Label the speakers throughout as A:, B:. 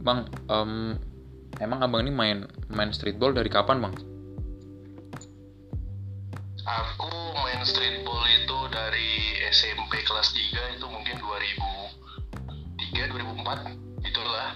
A: Bang, emang abang ini main streetball dari kapan, Bang?
B: Aku main streetball itu dari SMP kelas 3 itu mungkin 2003, 2004 itulah.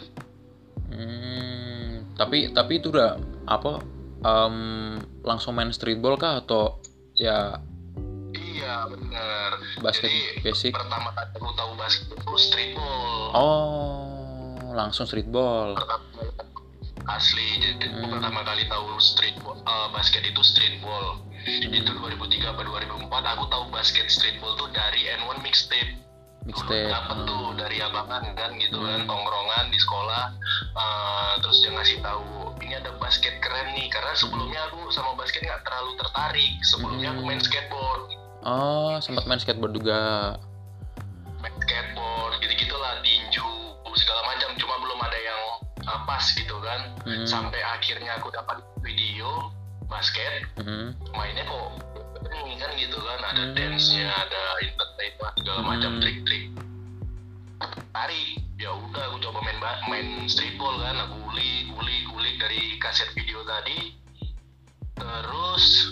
A: Tapi itu udah apa? Langsung main streetball kah atau ya
B: Iya benar.
A: basket
B: Jadi
A: basic?
B: pertama kali aku tahu basket itu streetball.
A: Oh, langsung streetball.
B: Asli, jadi aku pertama kali tahu basket itu streetball. Itu 2003 atau 2004 aku tahu basket streetball tuh dari N1 mixtape.
A: Mixtape.
B: Dapet tuh dari abangan kan gitu kan, tongkrongan di sekolah. Terus dia ngasih tahu ini ada basket keren nih, karena sebelumnya aku sama basket nggak terlalu tertarik. Sebelumnya aku main skateboard.
A: Oh, sempat main skateboard juga.
B: Main skateboard gitu-gitulah, tinju segala macam, cuma belum ada yang pas gitu kan. Sampai akhirnya aku dapat video basket, mainnya kok ini kan gitu kan, ada dance-nya, ada entertainment segala macam, trik-trik. Tarik, ya udah aku coba main streetball kan, aku gulik dari kaset video tadi. Terus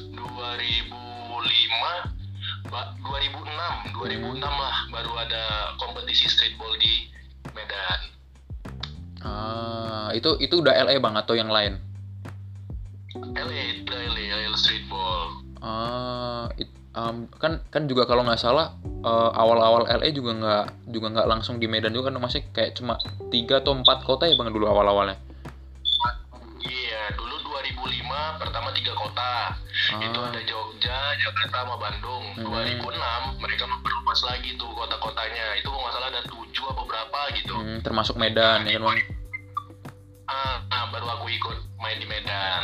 B: 2006 lah baru ada kompetisi streetball di Medan.
A: Itu udah LA, Bang, atau yang lain?
B: LA streetball.
A: Kan juga kalau nggak salah awal-awal LA juga nggak langsung di Medan juga kan, masih kayak cuma 3 atau 4 kota ya, Bang, dulu awal-awalnya.
B: Iya, dulu 2005 pertama 3 kota. Itu ada Jogja, Jakarta sama Bandung. 2006 mereka memperluas lagi tuh kota-kotanya. Itu nggak salah ada 7 apa berapa gitu.
A: Termasuk Medan ya kan, Bang?
B: Baru aku ikut main di Medan.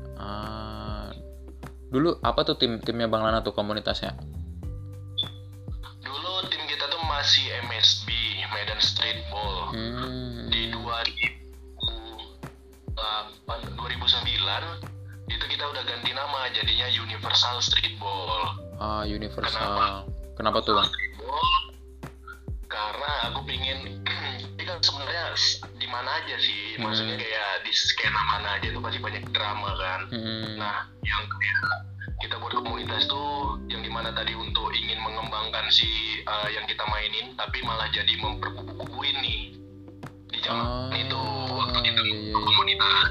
A: Dulu apa tuh timnya Bang Lana tuh, komunitasnya?
B: Dulu tim kita tuh masih MSB, Medan Streetball. Di 2009 itu kita udah ganti nama, jadinya Universal Streetball.
A: Universal. Kenapa tuh, Bang?
B: Streetball, karena aku pingin ini kan sebenarnya di mana aja sih, maksudnya kayak di skena mana aja tuh pasti banyak drama kan. Nah, yang kayak kita buat komunitas tuh yang dimana tadi untuk ingin mengembangkan yang kita mainin, tapi malah jadi memperkubu-kubuin nih di zaman itu waktu kita komunitas.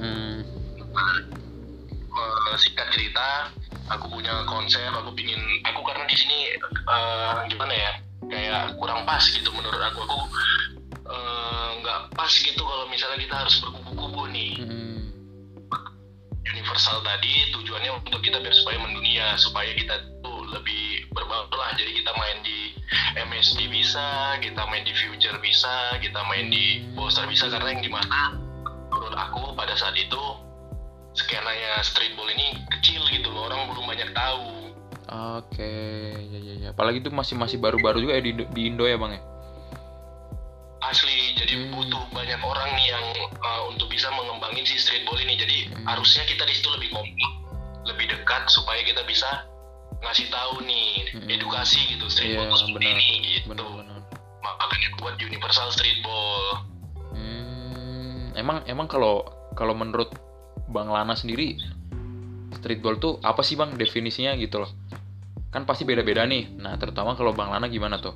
B: Singkat cerita, aku punya konsep, aku karena di sini gimana ya, kayak kurang pas gitu menurut aku nggak pas gitu kalau misalnya kita harus berkubu-kubu nih. Universal tadi tujuannya untuk kita biar supaya mendunia, supaya kita tuh lebih berbaur lah. Jadi kita main di MSD bisa, kita main di Future bisa, kita main di Bowstar bisa, karena yang dimana menurut aku pada saat itu skenanya streetball ini kecil gitu loh, orang belum banyak tahu.
A: Oke, ya. Apalagi itu masih baru-baru juga ya di Indo ya, Bang ya.
B: Asli, jadi butuh banyak orang nih yang untuk bisa mengembangin si streetball ini. Jadi harusnya kita di situ lebih kompak, lebih dekat supaya kita bisa ngasih tahu nih, edukasi gitu, streetball itu seperti ini gitu.
A: Benar.
B: Makanya buat Universal Streetball.
A: Emang kalau menurut Bang Lana sendiri, streetball tuh apa sih, Bang, definisinya gitu loh? Kan pasti beda-beda nih. Nah, terutama kalau Bang Lana gimana tuh?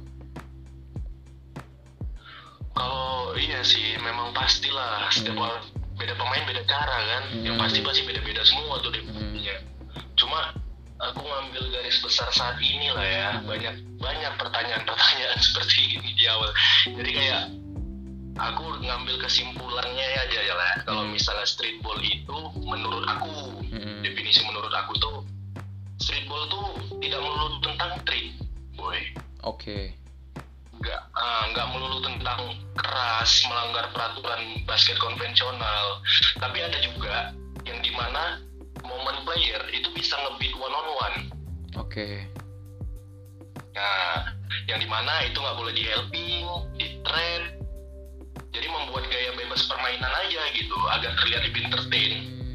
B: Kalau iya sih, memang pastilah setiap orang beda pemain beda cara kan. Yang pasti beda-beda semua tuh definisinya. Cuma aku ngambil garis besar saat ini lah ya, banyak pertanyaan-pertanyaan seperti ini di awal. Jadi kayak aku ngambil kesimpulannya aja ya lah. Kalau misalnya streetball itu menurut aku, definisi menurut aku tuh streetball tuh tidak melulu tentang trik, boy.
A: Oke.
B: Nggak melulu tentang keras, melanggar peraturan basket konvensional, tapi ada juga yang dimana momen player itu bisa nge-beat one on one.
A: Oke.
B: Nah, yang dimana itu nggak boleh di helping, di trade, jadi membuat gaya bebas permainan aja gitu, agar terlihat lebih entertain.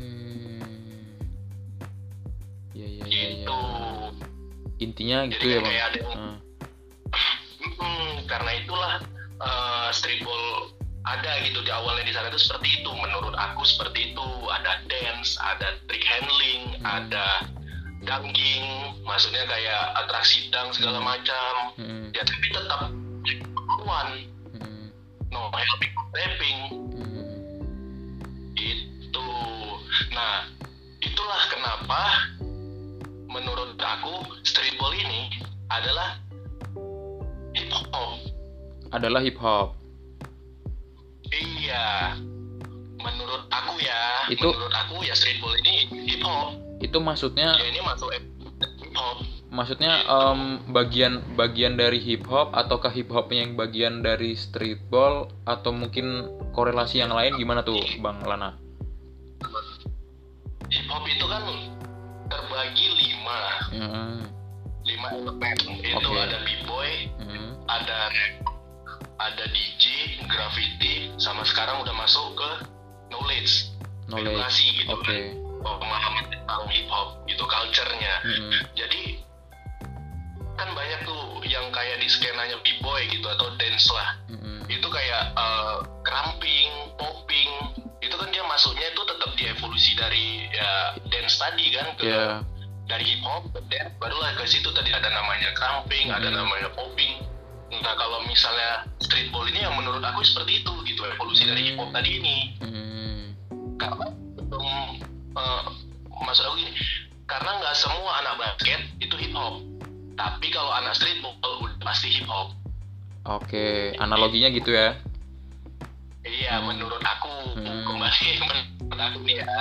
B: Gitu.
A: Intinya gitu
B: jadi
A: ya, Bang.
B: Karena itulah streetball ada gitu di awalnya di sana itu seperti itu, menurut aku seperti itu. Ada dance, ada trick handling, ada dunking, maksudnya kayak atraksi dunk segala macam. Ya tapi tetap one, no helping rapping itu. Nah itulah kenapa menurut aku streetball ini adalah hip hop. Iya, menurut aku ya streetball ini hip hop.
A: Itu maksudnya
B: Ya ini masuk hip hop.
A: Maksudnya bagian dari hip hop ataukah hip hopnya yang bagian dari streetball atau mungkin korelasi yang lain gimana tuh Bang Lana?
B: Hip hop itu kan terbagi 5 elemen. Itu ada b-boy, ada rap, ada DJ, graffiti, sama sekarang udah masuk ke knowledge. Edukasi gitu kan, pemahaman tentang hip hop gitu, culture-nya. Jadi kan banyak tuh yang kayak di skenanya b-boy gitu atau dance lah. Itu kayak cramping, popping, itu kan dia masuknya itu tetap dievolusi dari ya dance tadi kan ke dari hip hop ke dance, barulah ke situ tadi ada namanya cramping, ada namanya popping. Nah kalau misalnya streetball ini yang menurut aku seperti itu gitu, evolusi dari hip hop tadi ini. Karena maksud aku gini, karena nggak semua anak basket itu hip hop, tapi kalau anak streetball udah pasti hip hop.
A: Oke, analoginya gitu ya?
B: Iya, menurut aku. Kembali menurut aku nih ya.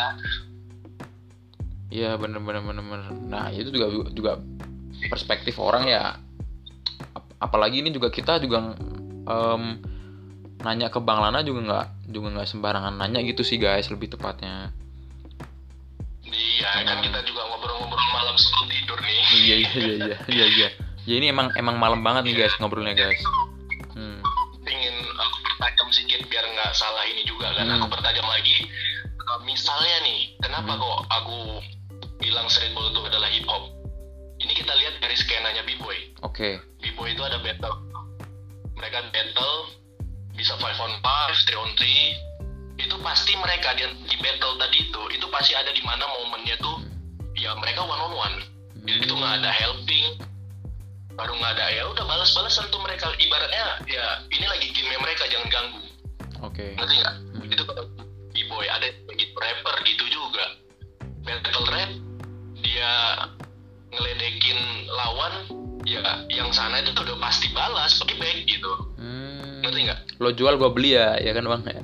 A: Iya, bener. Nah, itu juga perspektif orang ya. Apalagi ini juga kita juga nanya ke Bang Lana juga nggak sembarangan nanya gitu sih guys, lebih tepatnya.
B: Iya, kan kita juga ngobrol-ngobrol malam sebelum tidur nih.
A: Iya. Ya ini emang malam banget nih guys ngobrolnya guys.
B: Pingin aku pertajam sedikit biar nggak salah ini juga kan. Aku pertajam lagi. Misalnya nih, kenapa kok aku bilang streetball itu adalah hip hop? Ini kita lihat dari skenanya b-boy. B-boy itu ada battle. Mereka battle bisa 5-on-5, 3-on-3. Itu pasti mereka di battle tadi itu pasti ada di mana momennya tuh ya mereka 1-on-1. Itu nggak ada helping, baru nggak ada ya udah balas-balasan tuh mereka, ibaratnya ya ini lagi game mereka, jangan ganggu. Ngerti nggak? Itu b-boy. Ada gitu, rapper gitu juga, battle rap, dia ngeledekin lawan ya, yang sana itu tuh udah pasti balas pakai back gitu. Ngerti nggak?
A: Lo jual gua beli ya kan Bang ya?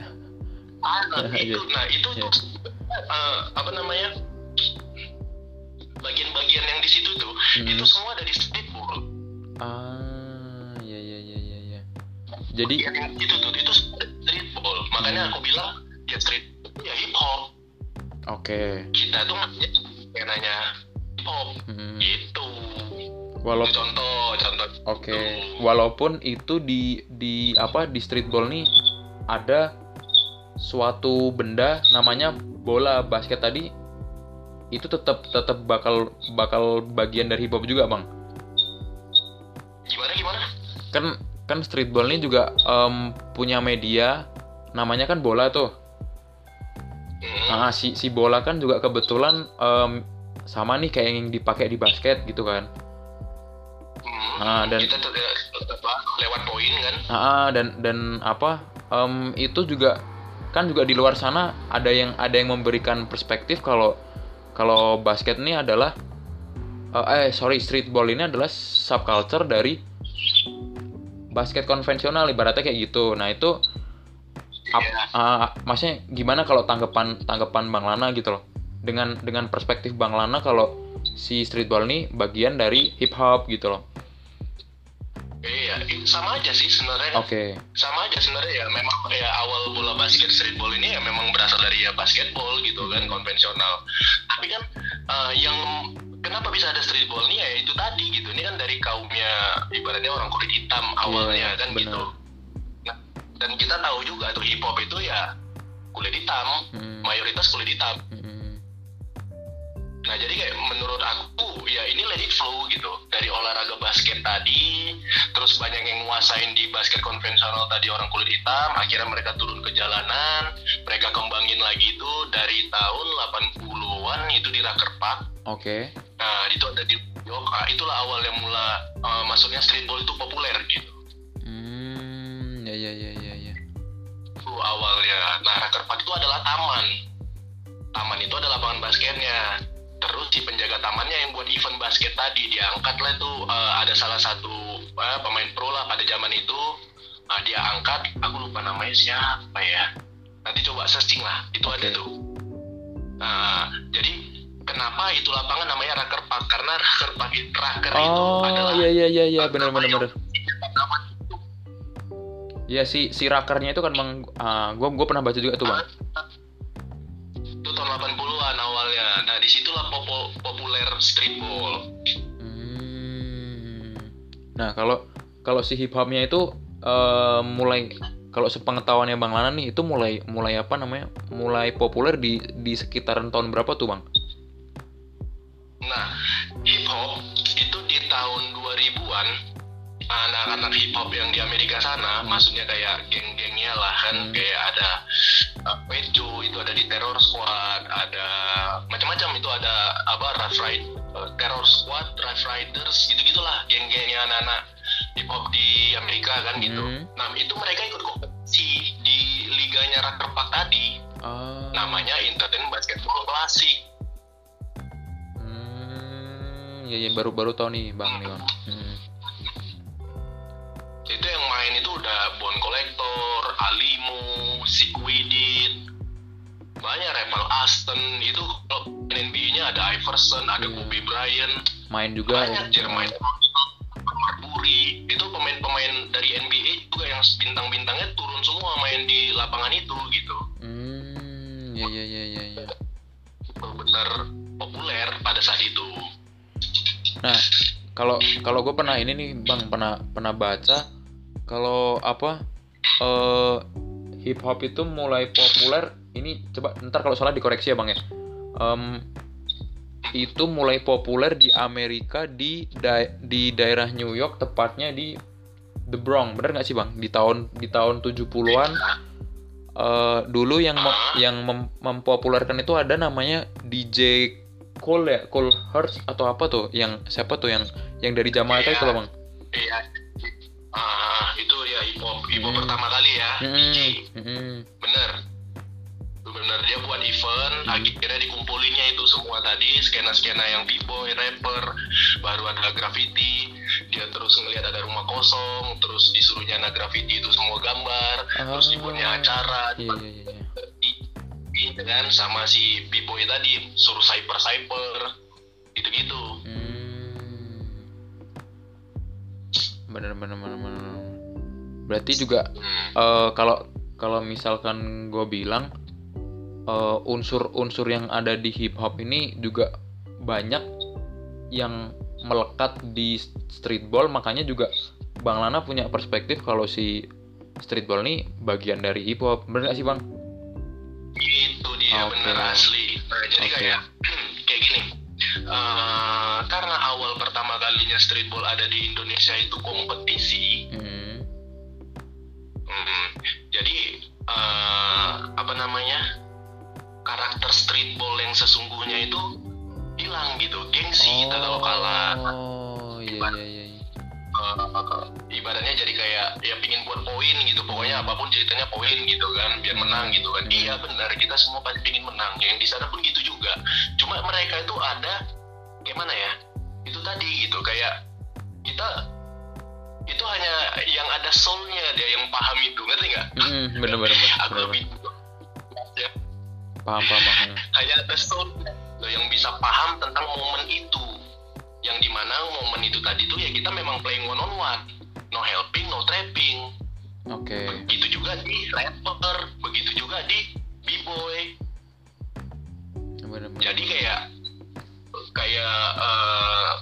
B: Itu apa namanya, bagian-bagian yang di situ tuh itu semua ada di streetball.
A: Iya. Jadi
B: yang itu streetball. Makanya aku bilang ya streetball ya hip hop. Kita tuh nanya hip hop gitu. Contoh.
A: Walaupun itu di streetball nih ada suatu benda namanya bola basket tadi, itu tetap bakal bagian dari hip hop juga Bang.
B: Gimana?
A: Kan streetball ini juga punya media namanya kan bola tuh. Nah, si bola kan juga kebetulan sama nih kayak yang dipakai di basket gitu kan. Dan
B: kita lewat poin kan.
A: Dan itu juga kan juga di luar sana ada yang memberikan perspektif kalau basket ini adalah streetball ini adalah subculture dari basket konvensional, ibaratnya kayak gitu. Nah itu maksudnya gimana kalau tanggapan Bang Lana gitu loh, dengan perspektif Bang Lana kalau si streetball ini bagian dari hip hop gitu loh.
B: Iya, sama aja sih sebenarnya. Sama aja sebenarnya ya, memang ya awal bola basket streetball ini ya memang berasal dari ya basketball gitu kan, konvensional. Tapi kan yang kenapa bisa ada streetball ini ya itu tadi gitu. Ini kan dari kaumnya ibaratnya orang kulit hitam awalnya kan bener. Gitu. Nah, dan kita tahu juga tuh hip hop itu ya kulit hitam, mayoritas kulit hitam. Nah jadi kayak menurut aku ya ini let it flow gitu, dari olahraga basket tadi, terus banyak yang nguasain di basket konvensional tadi orang kulit hitam, akhirnya mereka turun ke jalanan, mereka kembangin lagi itu dari tahun 80-an itu di Rucker Park.
A: Oke.
B: Nah itu ada di Yoka, itulah awal yang maksudnya streetball itu populer gitu.
A: Ya.
B: Itu awalnya. Nah Rucker Park itu adalah taman itu ada lapangan basketnya. Terus si penjaga tamannya yang buat event basket tadi diangkat lah itu, ada salah satu pemain pro lah pada zaman itu, dia angkat, aku lupa namanya siapa ya, nanti coba searching lah, itu ada tuh. Jadi kenapa itu lapangan namanya Rucker Park, karena Rucker itu adalah
A: iya benar. Ya si Ruckernya itu kan gue pernah baca juga tuh bang.
B: Itu tahun 80-an awalnya. Nah disitulah populer streetball.
A: Nah kalau si hip hopnya itu mulai, kalau sepengetahuannya Bang Lana nih, itu mulai apa namanya, mulai populer di sekitaran tahun berapa tuh Bang?
B: Nah hip hop itu di tahun 2000-an, anak-anak hip hop yang di Amerika sana, maksudnya kayak geng-gengnya lah kan, kayak ada Pejo itu ada di Terror Squad, ada macam-macam itu, ada Terror Squad, Rough Riders, gitu-gitulah geng-gengnya anak-anak hip hop di Amerika kan gitu. Nah itu mereka ikut kompetisi di liganya Rucker Park tadi, namanya Entertainment Basketball Classic.
A: Ya baru tahu nih Bang nih Bang.
B: Itu yang main itu udah Bone Collector, Alimo, Squidit, banyak, Revel Aston, itu kalau NBA-nya ada Iverson, ada Kobe Bryant,
A: main juga
B: banyak Jermaine Marbury, itu pemain-pemain dari NBA juga yang bintang-bintangnya turun semua main di lapangan itu gitu.
A: Ya.
B: Benar populer pada saat itu.
A: Nah kalau gue pernah ini nih Bang, pernah baca kalau hip hop itu mulai populer ini, coba ntar kalau salah dikoreksi ya Bang ya, itu mulai populer di Amerika di daerah New York, tepatnya di The Bronx, bener nggak sih Bang, di tahun 70-an. Dulu yang mempopulerkan itu ada namanya DJ Cole Hertz atau apa tuh, yang siapa tuh yang dari Jamaika itu loh Bang.
B: Iya. Itu ya hip hop pertama kali ya. Bener dia buat event, akhirnya dikumpulinnya itu semua tadi, skena yang b-boy, rapper, baru ada graffiti, dia terus ngelihat ada rumah kosong, terus disuruhnya anak graffiti itu semua gambar, terus dibuatnya acara, gitu kan, sama si b-boy tadi suruh cyper gitu.
A: Bener. Berarti juga kalau misalkan gue bilang unsur-unsur yang ada di hip hop ini juga banyak yang melekat di streetball, makanya juga Bang Lana punya perspektif kalau si streetball ini bagian dari hip hop, bener nggak sih Bang?
B: Itu dia, bener asli. Jadi kayak gini, karena awal pertama kalinya streetball ada di Indonesia itu kompetisi. Jadi karakter streetball yang sesungguhnya itu hilang gitu, gengsi kita kalau kalah. Ibaratnya jadi kayak ya pingin buat poin gitu, pokoknya apapun ceritanya poin gitu kan, biar menang gitu kan. Iya benar, kita semua pasti pingin menang, yang di sana pun gitu juga. Cuma mereka itu ada gimana ya, itu tadi gitu, kayak kita itu hanya yang ada soulnya dia yang paham itu, ngerti nggak?
A: Bener.
B: Aku lebih ya,
A: paham.
B: Hanya ada soul yang bisa paham tentang momen itu, yang dimana momen itu tadi tuh ya kita memang playing one on one, no helping, no trapping. Begitu juga di rapper, begitu juga di b-boy.
A: Bener.
B: Jadi kayak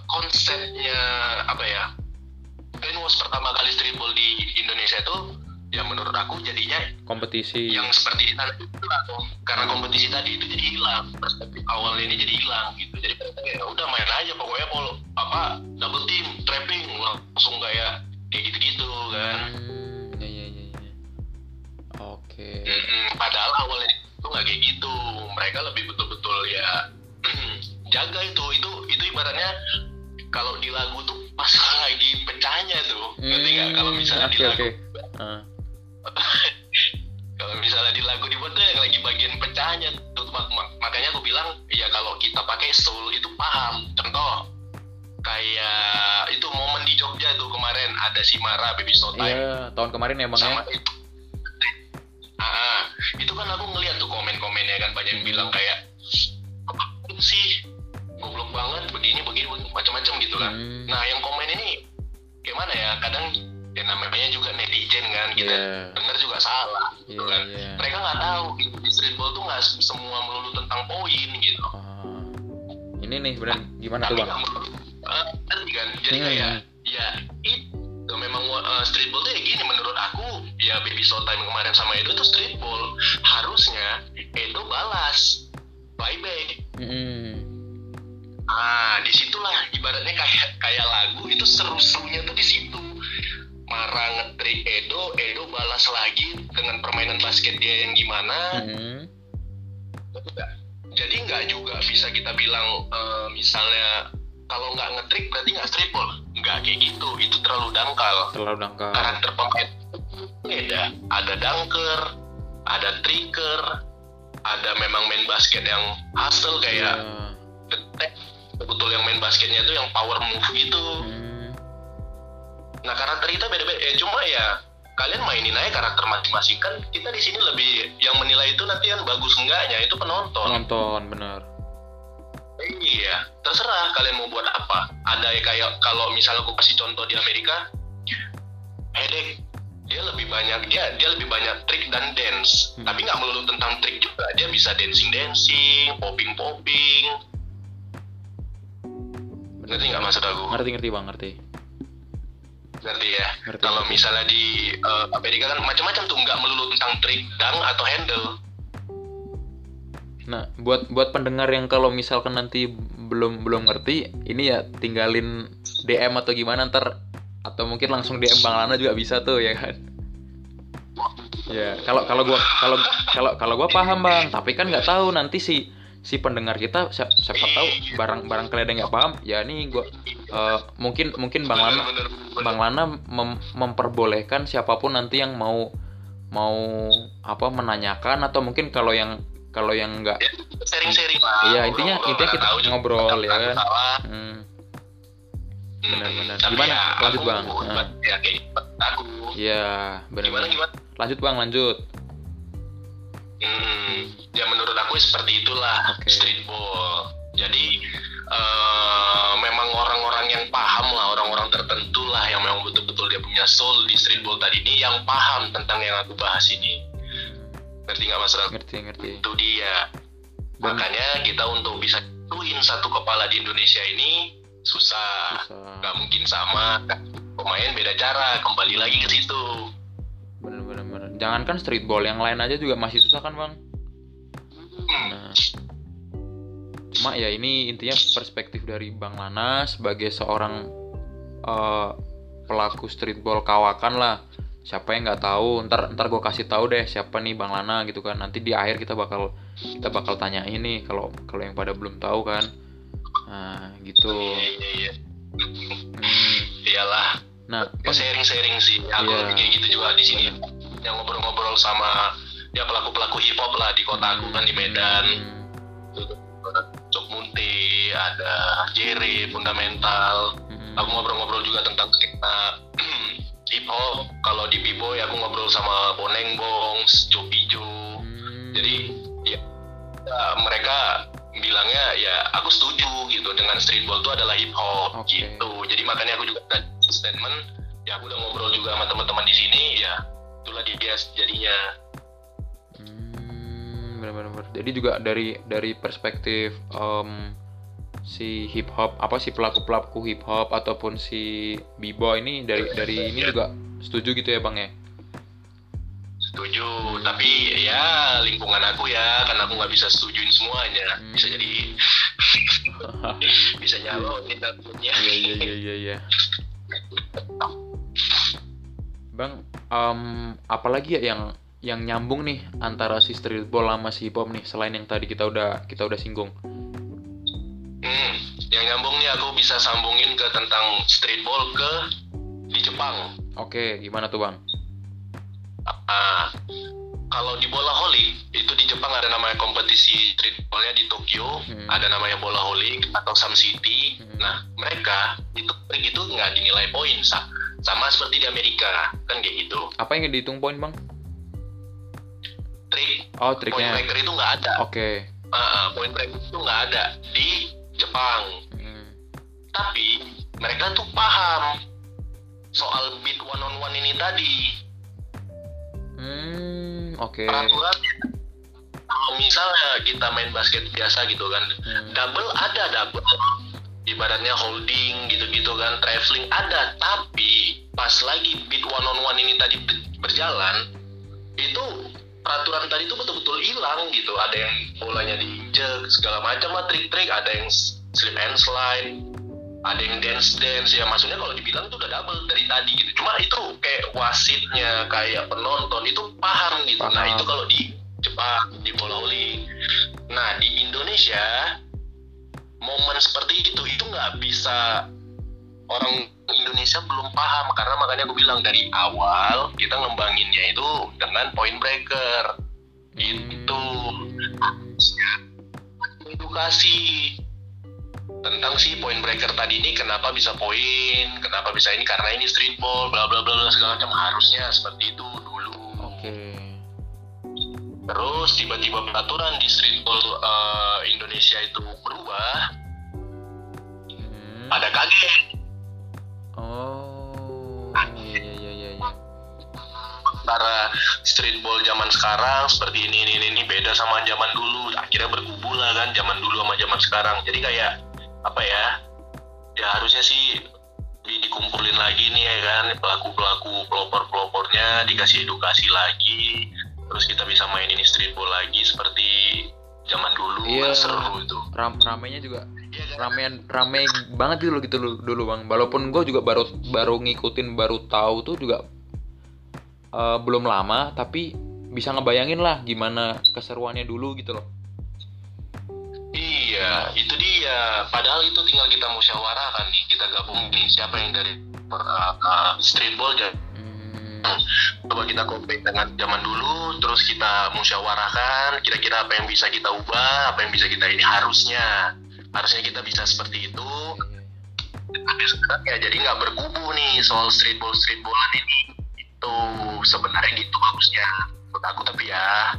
B: konsepnya apa ya, brainwash pertama kali streetball di Indonesia itu ya menurut aku jadinya
A: kompetisi
B: yang seperti itu karena kompetisi tadi itu jadi hilang, perspektif awal ini jadi hilang gitu. Jadi ya udah main aja pokoknya, kalau apa double team trapping langsung kayak gitu-gitu kan.
A: Ya. Oke.
B: Padahal awalnya itu nggak kayak gitu, mereka lebih betul-betul ya jaga itu ibaratnya kalau di lagu tuh pas lagi pecahnya tuh, ngerti nggak? Kalau misalnya di lagu kalau misalnya di lagu dibuat tuh yang lagi bagian pecahnya tuh, makanya aku bilang ya kalau kita pakai soul itu paham. Contoh kayak itu momen di Jogja tuh kemarin ada si Mara Baby So Time.
A: Iya, tahun kemarin ya bang
B: sama
A: ya.
B: Itu kan aku ngeliat tuh komen-komennya kan banyak yang bilang kayak apa sih goblok banget begini macam-macam gitu kan. Nah yang komen ini gimana ya, kadang ya namanya juga netizen kan, kita bener juga salah gitu kan. Mereka nggak tahu gitu, di streetball tuh nggak semua melulu tentang poin gitu.
A: Ini nih benar gimana tuh bang?
B: Kan jadi kayak ya itu memang streetball tuh ya gini menurut aku ya. Baby So Time kemarin sama Edo tuh streetball, harusnya Edo balas buyback. Disitulah ibaratnya kayak lagu itu seru-serunya tuh di situ. Mara nge-trick Edo balas lagi dengan permainan basket dia yang gimana. Jadi nggak juga bisa kita bilang misalnya kalau nggak nge-trick berarti nggak streetball. Nggak kayak gitu, itu terlalu dangkal. Karakter pemain beda, ada dunker, ada tricker, ada memang main basket yang hustle kayak betul yang main basketnya itu yang power move gitu. Nah karakter kita beda-beda, cuma ya kalian mainin aja karakter masing-masing. Kan kita di sini lebih yang menilai itu nanti yang bagus enggaknya itu penonton bener. Iya, terserah kalian mau buat apa. Ada ya kayak kalau misalnya aku kasih contoh di Amerika, Hedek dia lebih banyak trik dan dance, tapi nggak melulu tentang trik juga, dia bisa dancing, popping. Ngerti nggak maksud aku?
A: Ngerti bang, ngerti
B: ya. Kalau misalnya di Amerika kan macam-macam tuh, nggak melulu tentang trik, dunk atau handle.
A: Nah buat pendengar yang kalau misalkan nanti belum ngerti, ini ya tinggalin DM atau gimana ntar, atau mungkin langsung DM Bang Lana juga bisa tuh ya kan. Ya kalau gua paham bang, tapi kan nggak tahu nanti si pendengar kita siapa tahu barang kalian nggak paham ya. Nih gua mungkin Bang Lana memperbolehkan siapapun nanti yang mau apa menanyakan, atau mungkin kalau yang nggak
B: sharing lah.
A: Iya intinya kita ngobrol ya kan. Benar. Gimana? Lanjut bang.
B: Ya kayak aku.
A: Iya benar.
B: Gimana?
A: Lanjut bang, lanjut.
B: Ya menurut aku seperti itulah streetball. Jadi memang orang-orang yang paham lah, orang-orang tertentu lah yang memang betul-betul dia punya soul di streetball tadi ini, yang paham tentang yang aku bahas ini. Ngerti nggak mas Ram?
A: Ngerti.
B: Itu dia. Makanya kita untuk bisa tuin satu kepala di Indonesia ini susah. Gak mungkin sama. Pemain beda cara. Kembali lagi ke situ.
A: Bener. Jangankan streetball, yang lain aja juga masih susah kan bang. Nah, cuma ya ini intinya perspektif dari Bang Lana sebagai seorang pelaku streetball kawakan lah. Siapa yang nggak tahu, ntar gue kasih tahu deh siapa nih Bang Lana gitu kan. Nanti di akhir kita bakal tanyain nih kalau yang pada belum tahu kan. Nah gitu.
B: Iya. Iyalah.
A: Nah,
B: sharing sih. Aku kayak gitu juga di sini. Yang ngobrol-ngobrol sama ya pelaku hip hop lah di kota aku kan, di Medan. Cok Munti, ada Jere, Fundamental. Aku ngobrol-ngobrol juga tentang hip hop. Kalau di B-boy aku ngobrol sama Boneng Bongs, Jopijo. Jadi ya mereka bilangnya ya aku setuju gitu dengan streetball itu adalah hip hop gitu. Jadi makanya aku juga tadi statement ya, aku udah ngobrol juga sama teman-teman di sini ya, itulah dia jadinya.
A: Benar. Jadi juga dari perspektif si hip hop, apa si pelaku hip hop ataupun si B-boy ini dari ini juga setuju gitu ya bang ya?
B: Setuju, tapi ya lingkungan aku ya, karena aku nggak bisa setujuin semuanya. Bisa jadi bisa nyalonin takutnya.
A: Iya. Bang, apalagi ya yang nyambung nih antara si streetball sama si hip hop nih, selain yang tadi kita udah singgung.
B: Yang nyambung nih aku bisa sambungin ke tentang streetball di Jepang.
A: Oke, gimana tuh bang?
B: Kalau di bola holic itu di Jepang ada namanya kompetisi streetballnya di Tokyo, ada namanya bola holic atau Sam City. Nah mereka itu nggak dinilai poin, sama seperti di Amerika kan kayak gitu.
A: Apa yang dihitung poin bang? Triknya.
B: Point breaker itu nggak ada.
A: Oke.
B: Point breaker itu nggak ada di Jepang. Tapi mereka tuh paham soal beat one on one ini tadi.
A: Oke.
B: Peraturannya, kalau misalnya kita main basket biasa gitu kan, double, ibaratnya holding gitu-gitu kan, traveling ada, tapi pas lagi beat one on one ini tadi berjalan, itu peraturan tadi itu betul-betul hilang gitu. Ada yang bolanya diinjek segala macam lah, trik-trik, ada yang slip and slide, ada yang dance ya, maksudnya kalau dibilang itu udah double dari tadi gitu. Cuma itu kayak wasitnya, kayak penonton itu paham gitu. Nah itu kalau di Jepang, di bola voli. Nah di Indonesia momen seperti itu nggak bisa, orang Indonesia belum paham, karena makanya aku bilang dari awal kita ngembanginnya itu dengan point breaker. Itu edukasi tentang si point breaker tadi ini, kenapa bisa poin, kenapa bisa ini, karena ini streetball, bla bla bla segala macam, harusnya seperti itu dulu.
A: Oke.
B: Terus tiba-tiba peraturan di streetball Indonesia itu berubah, ada kaget.
A: Iya.
B: Antara streetball zaman sekarang seperti ini beda sama zaman dulu. Akhirnya berkubu lah kan, zaman dulu sama zaman sekarang. Jadi kayak apa ya harusnya sih dikumpulin lagi nih ya kan, pelaku-pelaku, pelopor-pelopornya dikasih edukasi lagi, terus kita bisa main ini streetball lagi seperti zaman dulu. Kan seru itu.
A: Ramenya juga rame banget gitu dulu bang. Walaupun gue juga baru ngikutin, baru tahu tuh juga belum lama, tapi bisa ngebayangin lah gimana keseruannya dulu gitu loh.
B: Iya, itu dia. Padahal itu tinggal kita musyawarahkan nih, kita gabungin siapa yang dari streetball coba kita compare dengan zaman dulu, terus kita musyawarahkan kira-kira apa yang bisa kita ubah, apa yang bisa kita ini, harusnya kita bisa seperti itu. Tapi sekarang ya jadi nggak berkubu nih soal streetballan ini. Itu sebenarnya gitu bagusnya menurut aku, tapi ya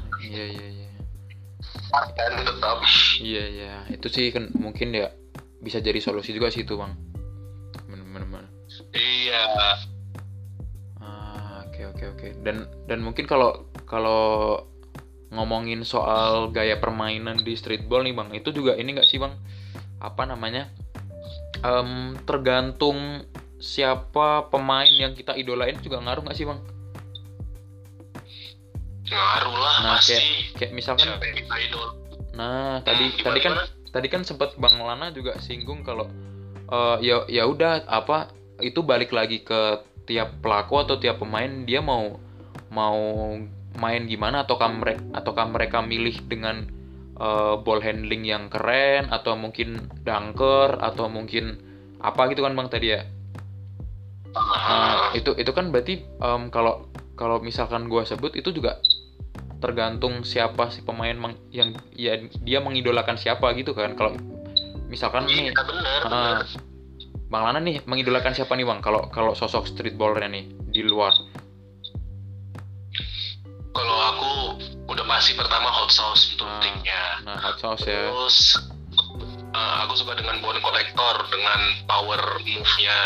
B: kan tetap.
A: Iya, itu sih kan mungkin ya bisa jadi solusi juga sih itu bang. Bener.
B: Iya.
A: Oke. Dan mungkin kalau ngomongin soal gaya permainan di streetball nih bang, itu juga ini nggak sih bang, apa namanya, tergantung siapa pemain yang kita idolain juga ngaruh nggak sih bang?
B: Ngaruh lah,
A: nah,
B: pasti.
A: Kayak misalkan. Nah, tadi kan sempat Bang Lana juga singgung kalau ya udah apa itu balik lagi ke tiap pelaku atau tiap pemain, dia mau main gimana, ataukah mereka milih dengan ball handling yang keren, atau mungkin dunker, atau mungkin apa gitu kan Bang tadi ya. Nah, itu kan berarti kalau misalkan gua sebut itu juga tergantung siapa si pemain yang ya dia mengidolakan siapa gitu kan. Kalau misalkan nih
B: bener.
A: Bang Lana nih mengidolakan siapa nih Bang kalau sosok streetballernya nih di luar?
B: Kalau aku udah pasti pertama Hot Sauce untuk triknya.
A: Nah, Hot Sauce ya.
B: Terus aku suka dengan Bone Collector dengan power move-nya.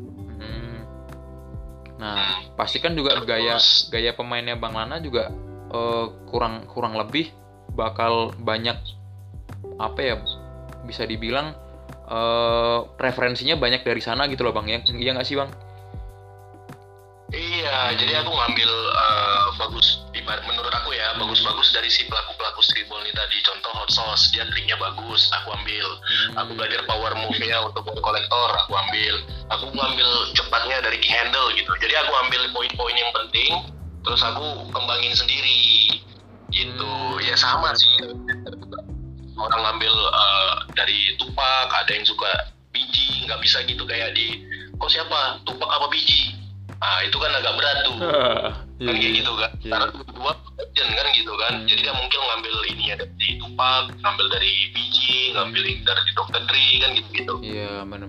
A: Nah, pasti kan juga gaya pemainnya Bang Lana juga kurang lebih bakal banyak apa ya, bisa dibilang referensinya banyak dari sana gitu loh Bang ya. Iya nggak sih Bang?
B: Iya, jadi aku ngambil bagus menurut aku ya bagus-bagus dari si pelaku streetball ini tadi. Contoh hot sauce, dia triknya bagus, aku ambil. Aku belajar power move-nya untuk ball collector, aku ambil. Aku ngambil cepatnya dari kick handle gitu. Jadi aku ambil poin-poin yang penting, terus aku kembangin sendiri gitu. Ya sama sih, orang ngambil dari Tupac, ada yang suka biji, nggak bisa gitu kayak di kok siapa Tupac apa biji. Itu kan agak berat tuh. Kan kayak gitu kan. Karena dua legend kan gitu kan. Jadi dia mungkin ngambil ini ya dari Tupac, ngambil dari biji, ngambil dari Dr. Dre kan gitu-gitu.
A: Iya, benar.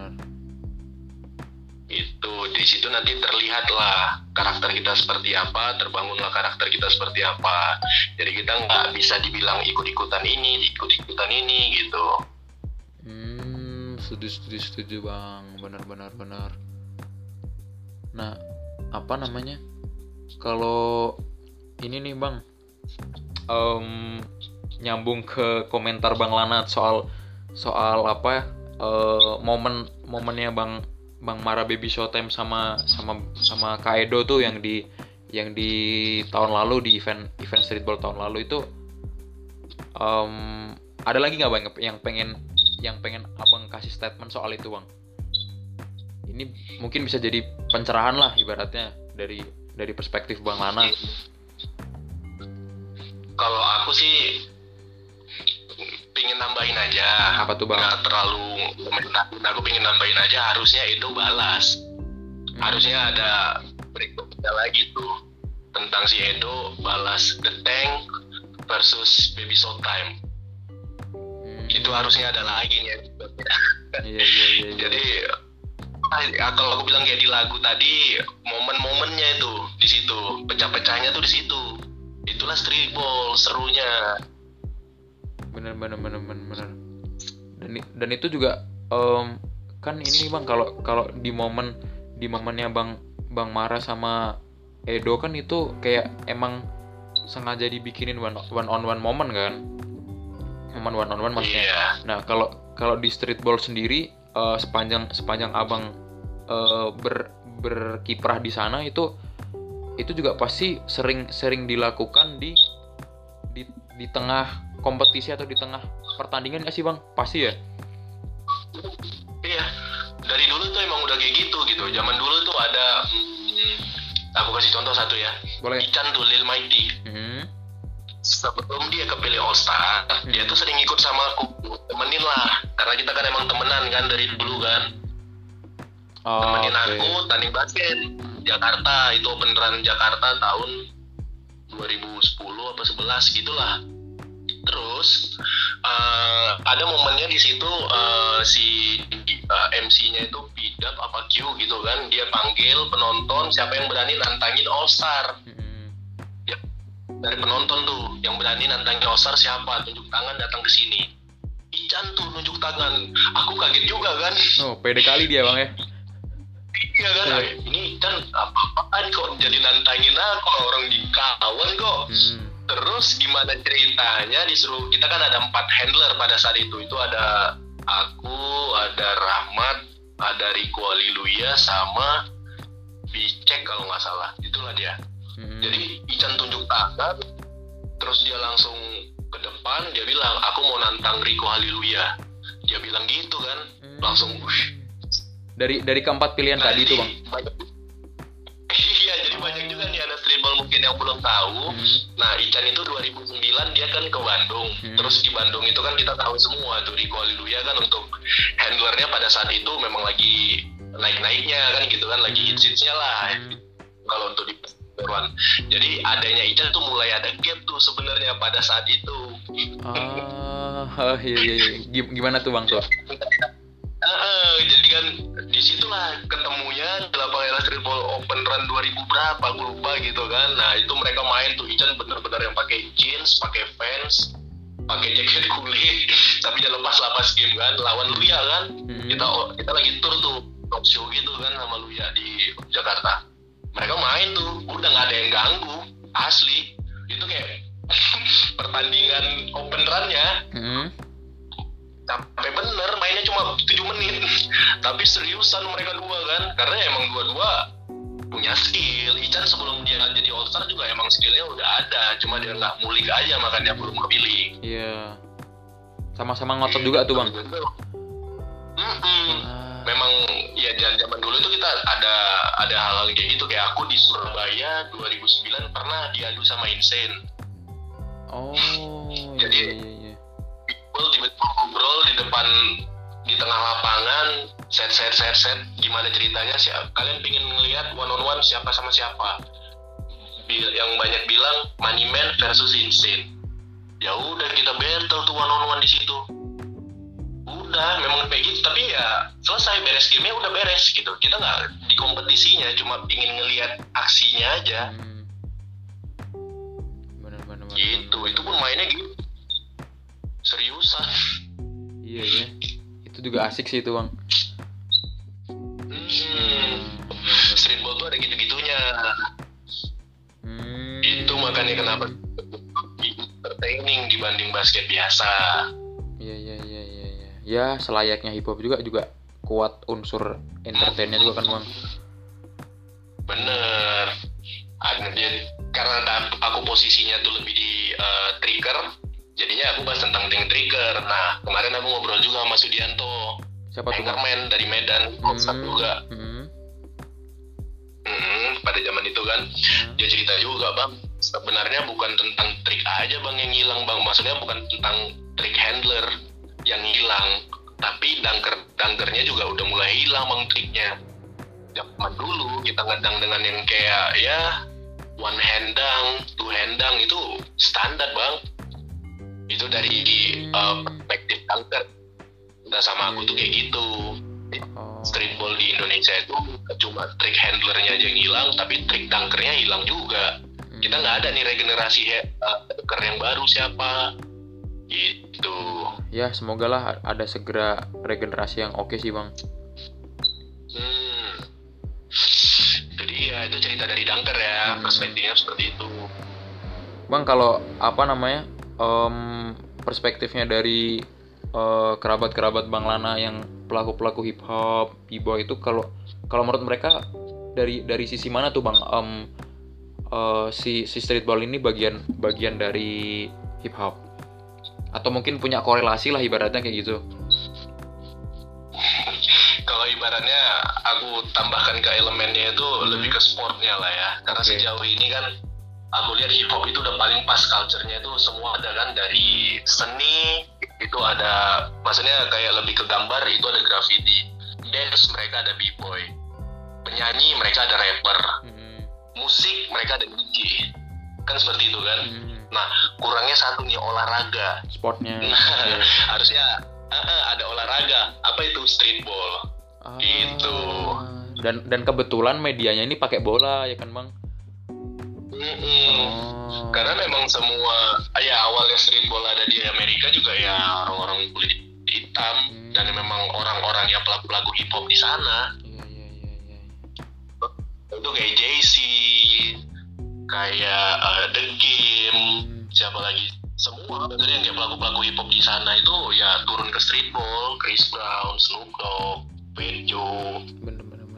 B: Itu di situ nanti terlihatlah karakter kita seperti apa, terbangunlah karakter kita seperti apa. Jadi kita nggak bisa dibilang ikut-ikutan ini gitu.
A: Setuju bang, benar. Nah, apa namanya? Kalau ini nih bang, nyambung ke komentar Bang Lanat soal apa? Momennya Bang Mara Baby Showtime sama Kak Edo tuh yang di tahun lalu di event streetball tahun lalu itu, ada lagi nggak bang yang pengen abang kasih statement soal itu bang? Ini mungkin bisa jadi pencerahan lah ibaratnya dari perspektif Bang Lana.
B: Kalau aku sih pingin nambahin aja.
A: Apa tuh bang?
B: Nggak terlalu komentarin. Aku pingin nambahin aja, harusnya Edo balas. Harusnya ada berikutnya lagi tuh tentang si Edo balas The Tank versus Baby Showtime. Itu harusnya ada lagi nih.
A: Iya.
B: Jadi kalau aku bilang kayak di lagu tadi, momen-momennya itu di situ, pecah-pecahnya tuh di situ. Itulah streetball serunya.
A: Bener. Dan itu juga kan ini nih bang, kalau di momennya Bang Mara sama Edo kan itu kayak emang sengaja dibikinin one on one moment kan, momen one on one maksudnya.
B: Yeah.
A: Nah kalau di streetball sendiri, sepanjang abang berkiprah di sana itu juga pasti sering dilakukan di tengah kompetisi atau di tengah pertandingan nggak sih bang? Pasti ya?
B: Iya, dari dulu tuh emang udah kayak gitu. Zaman dulu tuh ada, aku kasih contoh satu ya.
A: Boleh.
B: Ican tuh Lil Mighty. Sebelum dia kepilih All Star, dia tuh sering ikut sama aku, temenin lah. Karena kita kan emang temenan kan dari dulu kan. Temenin aku tanding basket Jakarta, itu Open Run Jakarta tahun 2010 apa 11 gitulah. Terus ada momennya di situ, si MC-nya itu Bidap apa Q gitu kan, dia panggil penonton siapa yang berani nantangin All Star. Dari penonton tuh yang berani nantangin All Star siapa, tunjuk tangan datang ke sini. Ican tuh nunjuk tangan, aku kaget juga kan.
A: Pede kali dia bang ya.
B: Iya kan, ini kan apa-apaan kok jadi nantangin aku, orang di kawan kok. Terus gimana ceritanya, disuruh, kita kan ada 4 handler pada saat itu ada aku, ada Rahmat, ada Rico Aliluya sama Bicek kalau nggak salah, itulah dia. Jadi Ican tunjuk tangan, terus dia langsung ke depan, dia bilang aku mau nantang Rico Haleluya. Dia bilang gitu kan, langsung
A: dari keempat pilihan tadi itu bang.
B: Iya, jadi banyak juga nih anak streetball mungkin yang belum tahu. Nah, Ican itu 2009 dia kan ke Bandung. Terus di Bandung itu kan kita tahu semua tuh Rico Haleluya kan untuk handlernya pada saat itu memang lagi naik-naiknya kan gitu kan, lagi hits-hitsnya lah. Kalau untuk di Perwan. Jadi adanya Ican tuh mulai ada gap tuh sebenarnya pada saat itu.
A: Iya. Gimana tuh bang tuh?
B: Jadi kan disitulah ketemunya di lapangan streetball Open Run 2000 berapa aku lupa gitu kan. Nah itu mereka main tuh, Ican benar-benar yang pakai jeans, pakai fans, pakai jaket kulit, tapi dia lepas game kan, lawan Luya kan. Kita lagi tour tuh, talk show gitu kan sama Luya di Jakarta. Mereka main tuh, udah nggak ada yang ganggu, asli. Itu kayak pertandingan Open Run-nya. Sampai bener mainnya cuma 7 menit. Tapi seriusan mereka dua kan, karena emang dua-dua punya Ya skill, Ican sebelum dia jadi All Star juga emang skillnya udah ada, cuma dia nggak mulik aja makanya belum kepilih.
A: Iya. Sama-sama ngotot juga tuh bang.
B: Memang ya zaman dulu itu kita ada hal-hal kayak gitu, kayak aku di Surabaya 2009 pernah diadu sama Insane.
A: Oh.
B: Jadi
A: iya.
B: people tiba-tiba ngobrol di tengah lapangan, set gimana ceritanya sih, kalian pingin ngelihat one on one siapa sama siapa. Yang banyak bilang Moneyman versus Insane. Ya udah kita battle tuh one on one di situ. Udah memang kayak gitu, tapi ya selesai, beres gamenya udah beres gitu. Kita nggak di kompetisinya, cuma pingin ngelihat aksinya aja.
A: Bener.
B: Gitu, itu pun mainnya gitu seriusan.
A: Iya ya, itu juga asik sih itu bang.
B: Streetball tuh ada gitu-gitunya. Itu makanya kenapa entertaining dibanding basket biasa.
A: Iya. Ya selayaknya hip hop juga kuat unsur entertainnya juga kan bang.
B: Bener. Karena aku posisinya tuh lebih di trigger, jadinya aku bahas tentang trigger. Nah kemarin aku ngobrol juga sama Sudianto,
A: siapa tuh
B: Anchorman dari Medan, All-Star juga. Pada zaman itu kan dia cerita juga bang, sebenarnya bukan tentang trik aja bang yang hilang bang, maksudnya bukan tentang trik handler yang hilang, tapi dunkernya juga udah mulai hilang bang triknya. Zaman dulu kita ngedang dengan yang kayak ya one hand dunk, two hand dunk itu standar bang. Itu dari perspektif dunker. Udah sama aku tuh kayak gitu. Streetball di Indonesia itu cuma trik handlernya aja yang hilang, tapi trik dunkernya hilang juga. Kita nggak ada nih regenerasi dunker yang baru siapa. Gitu.
A: Ya semoga lah ada segera regenerasi yang oke sih bang.
B: Itu dia, itu cerita dari dunker ya, perspektifnya seperti itu.
A: Bang kalau apa namanya perspektifnya dari kerabat-kerabat Bang Lana yang pelaku hip hop, b-boy itu kalau menurut mereka dari sisi mana tuh bang si streetball ini bagian dari hip hop, atau mungkin punya korelasi lah ibaratnya kayak gitu?
B: Kalau ibaratnya aku tambahkan ke elemennya itu lebih ke sportnya lah ya, karena sejauh ini kan aku lihat hip hop itu udah paling pas culture-nya itu semua ada kan, dari seni itu ada, maksudnya kayak lebih ke gambar itu ada graffiti, dance mereka ada b-boy, penyanyi mereka ada rapper, musik mereka ada DJ, kan seperti itu kan. Nah kurangnya satu nih, olahraga,
A: sportnya.
B: harusnya ada olahraga, apa itu streetball. Gitu.
A: Dan kebetulan medianya ini pakai bola ya kan bang.
B: Karena memang semua ya awalnya streetball ada di Amerika juga ya orang-orang kulit hitam, dan memang orang-orang yang pelaku hip hop di sana.
A: Iya.
B: Itu kayak JC, kayak The Game, siapa lagi, semua sebenarnya yang kayak pelaku hip hop di sana itu ya turun ke streetball, Chris Brown, Snoop Dogg, Fat Joe.
A: Bener.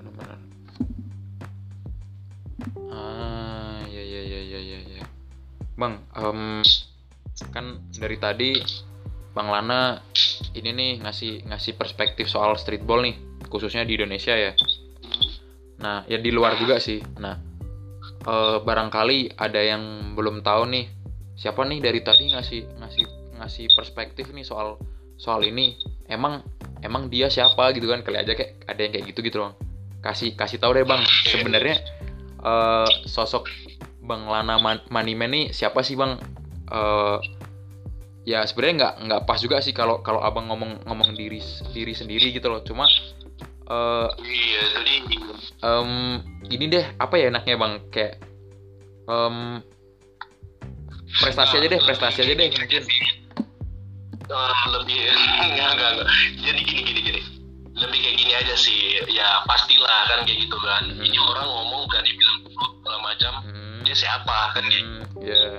A: Iya. Bang, kan dari tadi Bang Lana ini nih ngasih perspektif soal streetball nih, khususnya di Indonesia ya. Nah, ya di luar juga sih. Nah, barangkali ada yang belum tahu nih, siapa nih dari tadi ngasih perspektif nih soal ini. Emang dia siapa gitu kan? Kali aja kayak ada yang kayak gitu Bang. Kasih tahu deh Bang, sebenarnya sosok Bang Lana Moneyman nih siapa sih Bang? Ya sebenarnya nggak pas juga sih kalau abang ngomong diri sendiri gitu loh. Cuma ini deh apa ya enaknya Bang, kayak prestasi aja deh mungkin.
B: Lebih enggak. Jadi gini. Lebih kayak gini aja sih. Ya pastilah kan kayak gitu kan. Ini orang ngomong berani bilang segala macam. Dia siapa kan gitu.
A: Yeah.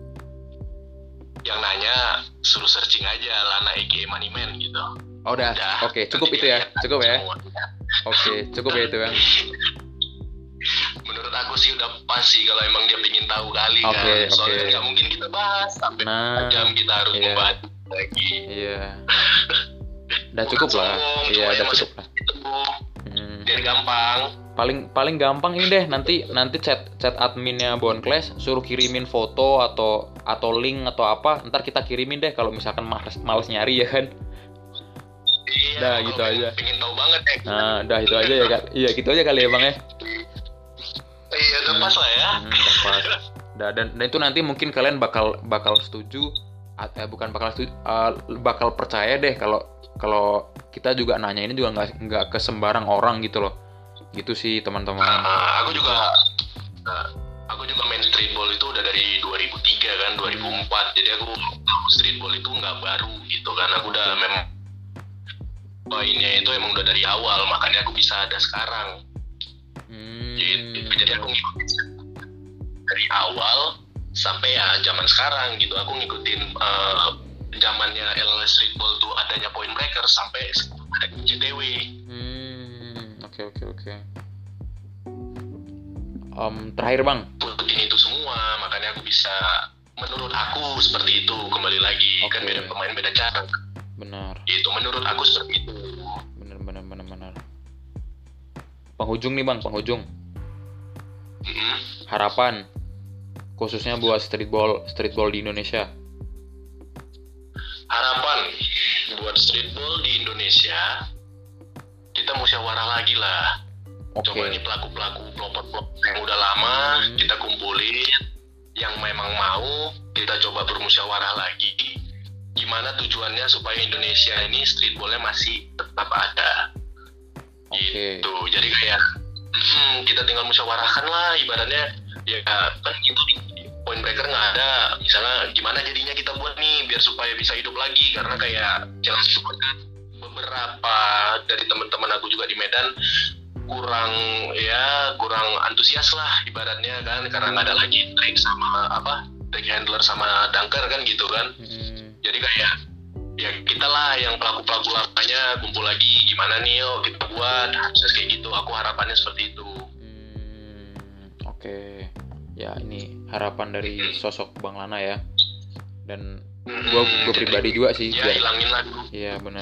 B: Yang nanya suruh searching aja Lana aka Moneyman gitu.
A: Oh udah. Oke, cukup itu ya. Cukup ya. Oke, cukup ya itu kan.
B: Menurut sih udah pas sih kalau emang dia pengen tahu kali kan. Soalnya nggak mungkin kita bahas sampai jam kita harus membahas lagi.
A: Iya. Udah cukup lah. Iya, udah cukup lah.
B: Biar gampang.
A: Paling gampang ini deh, nanti chat adminnya Bonclass, suruh kirimin foto atau link atau apa, ntar kita kirimin deh kalau misalkan males nyari ya kan.
B: Iya,
A: dah gitu aja.
B: Pengen tahu banget ya.
A: Nah, dah itu aja ya kan. Iya, gitu aja kali ya Bang ya.
B: Iya, udah pas lah ya.
A: Udah pas. Dan itu nanti mungkin kalian bakal setuju, bukan bakal setuju, bakal percaya deh kalau kita juga nanya ini juga nggak ke sembarang orang gitu loh. Gitu sih teman-teman.
B: Aku juga main streetball itu udah dari 2003 kan, 2004. Jadi aku streetball itu nggak baru gitu kan. Aku udah memang mainnya itu emang udah dari awal, makanya aku bisa ada sekarang. Gitu. Jadi aku ngikutin dari awal sampai ya zaman sekarang gitu. Aku ngikutin zamannya LLS streetball tuh adanya Point Breaker sampai JTW. Oke.
A: Terakhir Bang.
B: Ikutin itu semua, makanya aku bisa, menurut aku seperti itu. Kembali lagi kan beda pemain beda cara.
A: Benar.
B: Itu menurut aku seperti itu.
A: Benar. Penghujung nih Bang, harapan khususnya buat streetball di Indonesia.
B: Harapan buat streetball di Indonesia, kita musyawarah lagi lah. Coba ini pelaku-pelaku pelopor yang udah lama kita kumpulin, yang memang mau kita coba bermusyawarah lagi. Gimana tujuannya supaya Indonesia ini streetballnya masih tetap ada. Gitu. Jadi kayak kita tinggal musyawarahkan lah, ibaratnya ya kan itu Point Breaker nggak ada. Misalnya gimana jadinya kita buat nih biar supaya bisa hidup lagi, karena kayak jelas beberapa dari teman-teman aku juga di Medan kurang antusias lah ibaratnya kan, karena nggak ada lagi track sama track handler sama dunker kan gitu kan. Jadi kayak ya kita lah yang pelaku lamanya kumpul lagi, gimana nih kita buat harusnya kayak gitu. Aku harapannya seperti itu.
A: Oke. Ya ini harapan dari sosok Bang Lana ya. Dan gue pribadi juga sih.
B: Ya hilangin lah dulu.
A: Iya benar.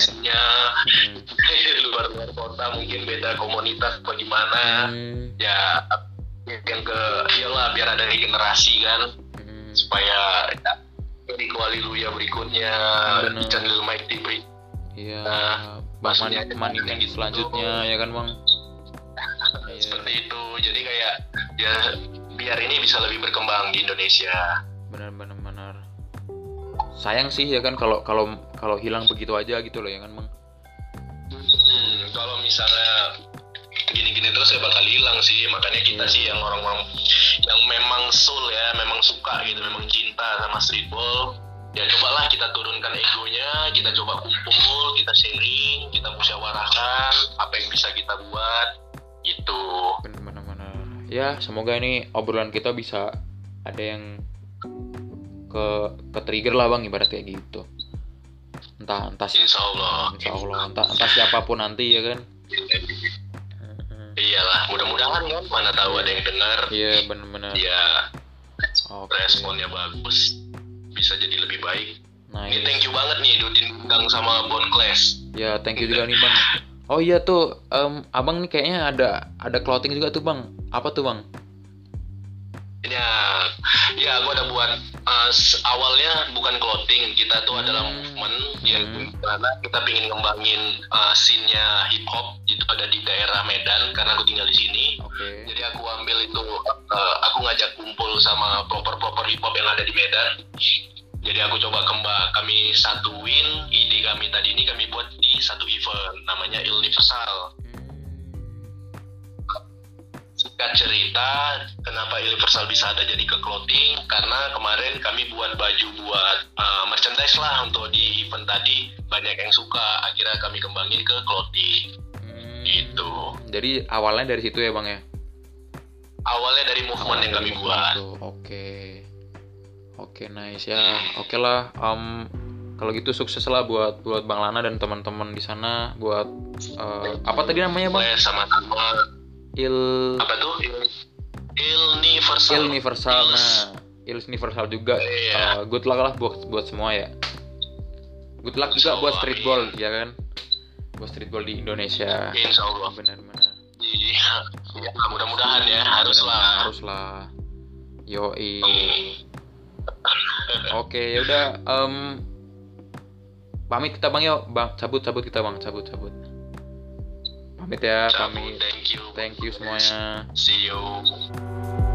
B: Luar kota mungkin beda komunitas atau gimana. Ya yang iyalah biar ada regenerasi kan. Supaya di Haleluya berikutnya, channel Mike TV.
A: Iya. Maniman selanjutnya ya kan Bang.
B: Seperti itu. Jadi kayak ya biar ini bisa lebih berkembang di Indonesia.
A: Benar. Sayang sih ya kan kalau hilang begitu aja gitu loh ya kan Bang.
B: Kalau misalnya gini-gini terus ya bakal hilang sih. Makanya kita sih yang orang-orang yang memang soul ya, memang suka gitu, memang cinta sama streetball, ya cobalah kita turunkan egonya, kita coba kumpul, kita sharing, kita musyawarahkan apa yang bisa kita buat itu.
A: Benar. Ya semoga ini obrolan kita bisa ada yang ke trigger lah Bang, ibarat kayak gitu. Entah
B: Insya Allah
A: entah siapapun nanti ya kan.
B: Iyalah, mudah-mudahan kan, mana tahu ada yang dengar.
A: Iya benar.
B: Ya responnya bagus, bisa jadi lebih baik. Ini thank you banget nih diundang sama Bonclass.
A: Ya thank you juga nih Bang. Oh iya tuh abang nih kayaknya ada clothing juga tuh Bang. Apa tuh Bang?
B: Ya gue ada buat awalnya bukan clothing, kita tuh adalah movement yang karena kita pengen ngembangin scene-nya hip hop itu ada di daerah Medan karena aku tinggal di sini. Jadi aku ambil itu, aku ngajak kumpul sama pelopor hip hop yang ada di Medan. Jadi aku coba kami satuin ide kami tadi ini, kami buat di satu event namanya Universal. Singkat cerita, kenapa Universal bisa ada jadi ke clothing? Karena kemarin kami buat baju buat merchandise lah untuk di event tadi, banyak yang suka, akhirnya kami kembangin ke clothing. Gitu.
A: Jadi awalnya dari situ ya Bang ya?
B: Awalnya dari movement yang kami buat.
A: Oke, nice ya. Oke lah. Kalau gitu sukses lah buat Bang Lana dan teman-teman di sana. Buat apa tadi namanya Bang?
B: Sama-sama.
A: Apa
B: tuh? Universal.
A: Nah, Ills Universal juga.
B: Iya.
A: Good luck lah buat semua ya. Good luck juga
B: Insya
A: buat
B: Allah,
A: streetball ya kan. Buat streetball di Indonesia.
B: Insya Allah.
A: Benar-benar.
B: Iya. Ya, mudah-mudahan ya, haruslah.
A: Haruslah. Yoi.
B: Hmm.
A: Oke, ya udah. Pamit kita bang yuk, bang. Cabut kita bang. Cabut. Pamit ya,
B: Cabut,
A: pamit.
B: thank you
A: Thank you semuanya.
B: See you.